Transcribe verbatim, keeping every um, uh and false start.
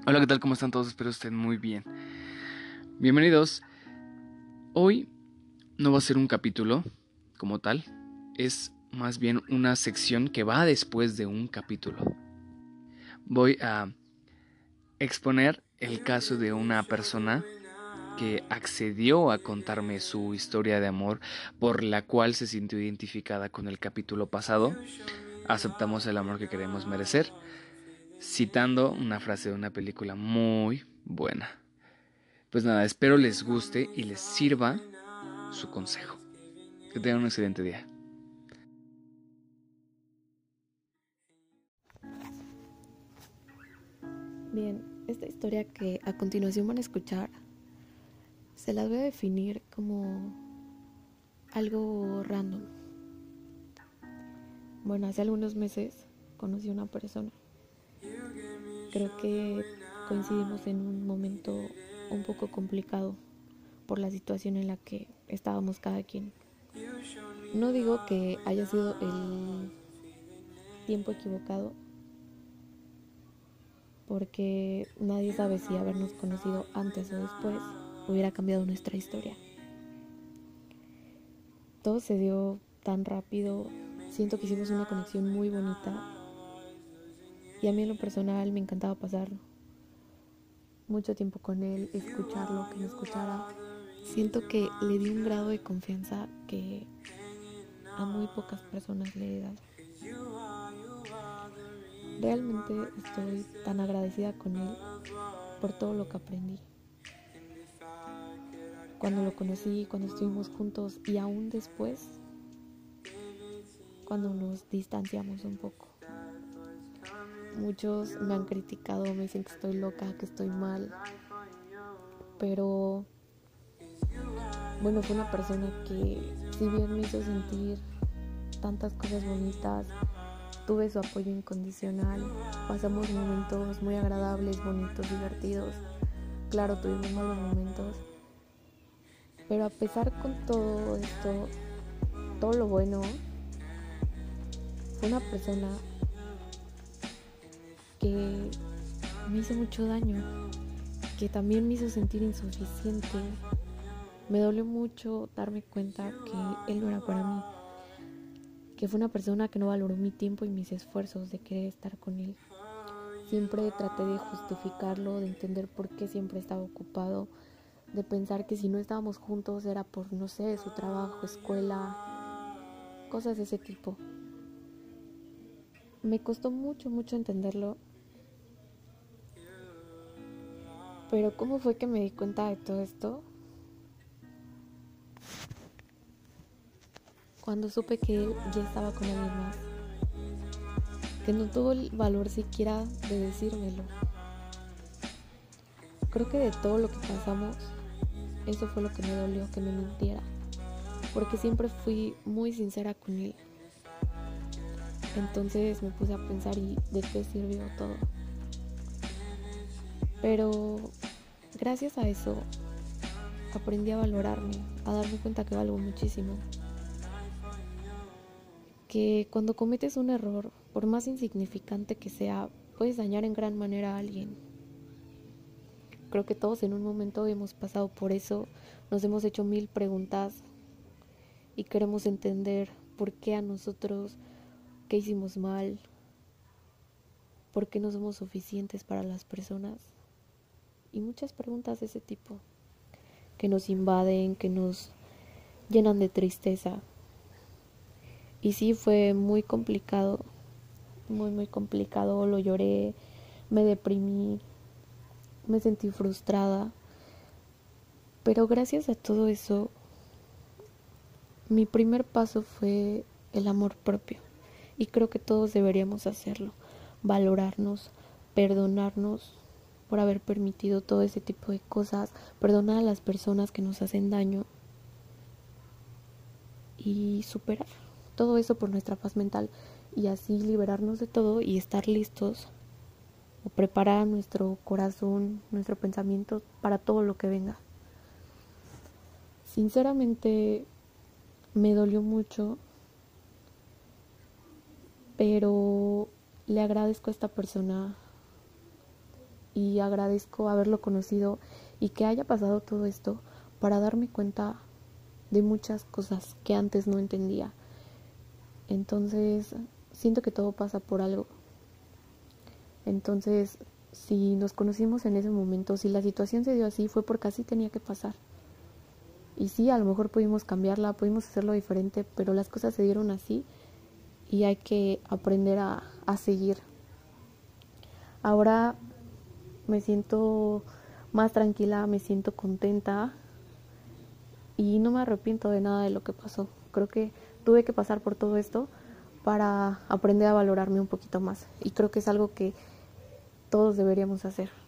Hola, ¿qué tal? ¿Cómo están todos? Espero estén muy bien. Bienvenidos. Hoy no va a ser un capítulo como tal, es más bien una sección que va después de un capítulo. Voy a exponer el caso de una persona que accedió a contarme su historia de amor por la cual se sintió identificada con el capítulo pasado. Aceptamos el amor que queremos merecer, citando una frase de una película muy buena. Pues nada, espero les guste y les sirva su consejo. Que tengan un excelente día. Bien, esta historia que a continuación van a escuchar se las voy a definir como algo random. Bueno, hace algunos meses conocí a una persona. Creo que coincidimos en un momento un poco complicado por la situación en la que estábamos cada quien. No digo que haya sido el tiempo equivocado, porque nadie sabe si habernos conocido antes o después hubiera cambiado nuestra historia. Todo se dio tan rápido, siento que hicimos una conexión muy bonita y a mí en lo personal me encantaba pasar mucho tiempo con él, escucharlo, que me escuchara. Siento que le di un grado de confianza que a muy pocas personas le he dado. Realmente estoy tan agradecida con él por todo lo que aprendí. Cuando lo conocí, cuando estuvimos juntos y aún después, cuando nos distanciamos un poco. Muchos me han criticado, me dicen que estoy loca, que estoy mal, pero bueno, fue una persona que si bien me hizo sentir tantas cosas bonitas, tuve su apoyo incondicional, pasamos momentos muy agradables, bonitos, divertidos. Claro, tuvimos malos momentos, pero a pesar con todo esto, todo lo bueno, fue una persona que me hizo mucho daño, que también me hizo sentir insuficiente. Me dolió mucho darme cuenta que él no era para mí, que fue una persona que no valoró mi tiempo y mis esfuerzos de querer estar con él. Siempre traté de justificarlo, de entender por qué siempre estaba ocupado, de pensar que si no estábamos juntos era por, no sé, su trabajo, escuela, cosas de ese tipo. Me costó mucho, mucho entenderlo, pero ¿cómo fue que me di cuenta de todo esto? Cuando supe que él ya estaba con alguien más, que no tuvo el valor siquiera de decírmelo. Creo que de todo lo que pasamos, eso fue lo que me dolió, que me mintiera, porque siempre fui muy sincera con él. Entonces me puse a pensar, ¿y de qué sirvió todo? Pero gracias a eso aprendí a valorarme, a darme cuenta que valgo muchísimo. Que cuando cometes un error, por más insignificante que sea, puedes dañar en gran manera a alguien. Creo que todos en un momento hemos pasado por eso, nos hemos hecho mil preguntas y queremos entender por qué a nosotros, qué hicimos mal, por qué no somos suficientes para las personas. Y muchas preguntas de ese tipo que nos invaden, que nos llenan de tristeza. Y sí, fue muy complicado, muy muy complicado, lo lloré, me deprimí, me sentí frustrada, pero gracias a todo eso, mi primer paso fue el amor propio, y creo que todos deberíamos hacerlo, valorarnos, perdonarnos por haber permitido todo ese tipo de cosas, perdonar a las personas que nos hacen daño y superar todo eso por nuestra paz mental y así liberarnos de todo y estar listos o preparar nuestro corazón, nuestro pensamiento para todo lo que venga. Sinceramente me dolió mucho, pero le agradezco a esta persona y agradezco haberlo conocido y que haya pasado todo esto para darme cuenta de muchas cosas que antes no entendía. Entonces, siento que todo pasa por algo. Entonces, si nos conocimos en ese momento, si la situación se dio así, fue porque así tenía que pasar. Y sí, a lo mejor pudimos cambiarla, pudimos hacerlo diferente, pero las cosas se dieron así y hay que aprender a, a seguir. Ahora me siento más tranquila, me siento contenta y no me arrepiento de nada de lo que pasó. Creo que tuve que pasar por todo esto para aprender a valorarme un poquito más y creo que es algo que todos deberíamos hacer.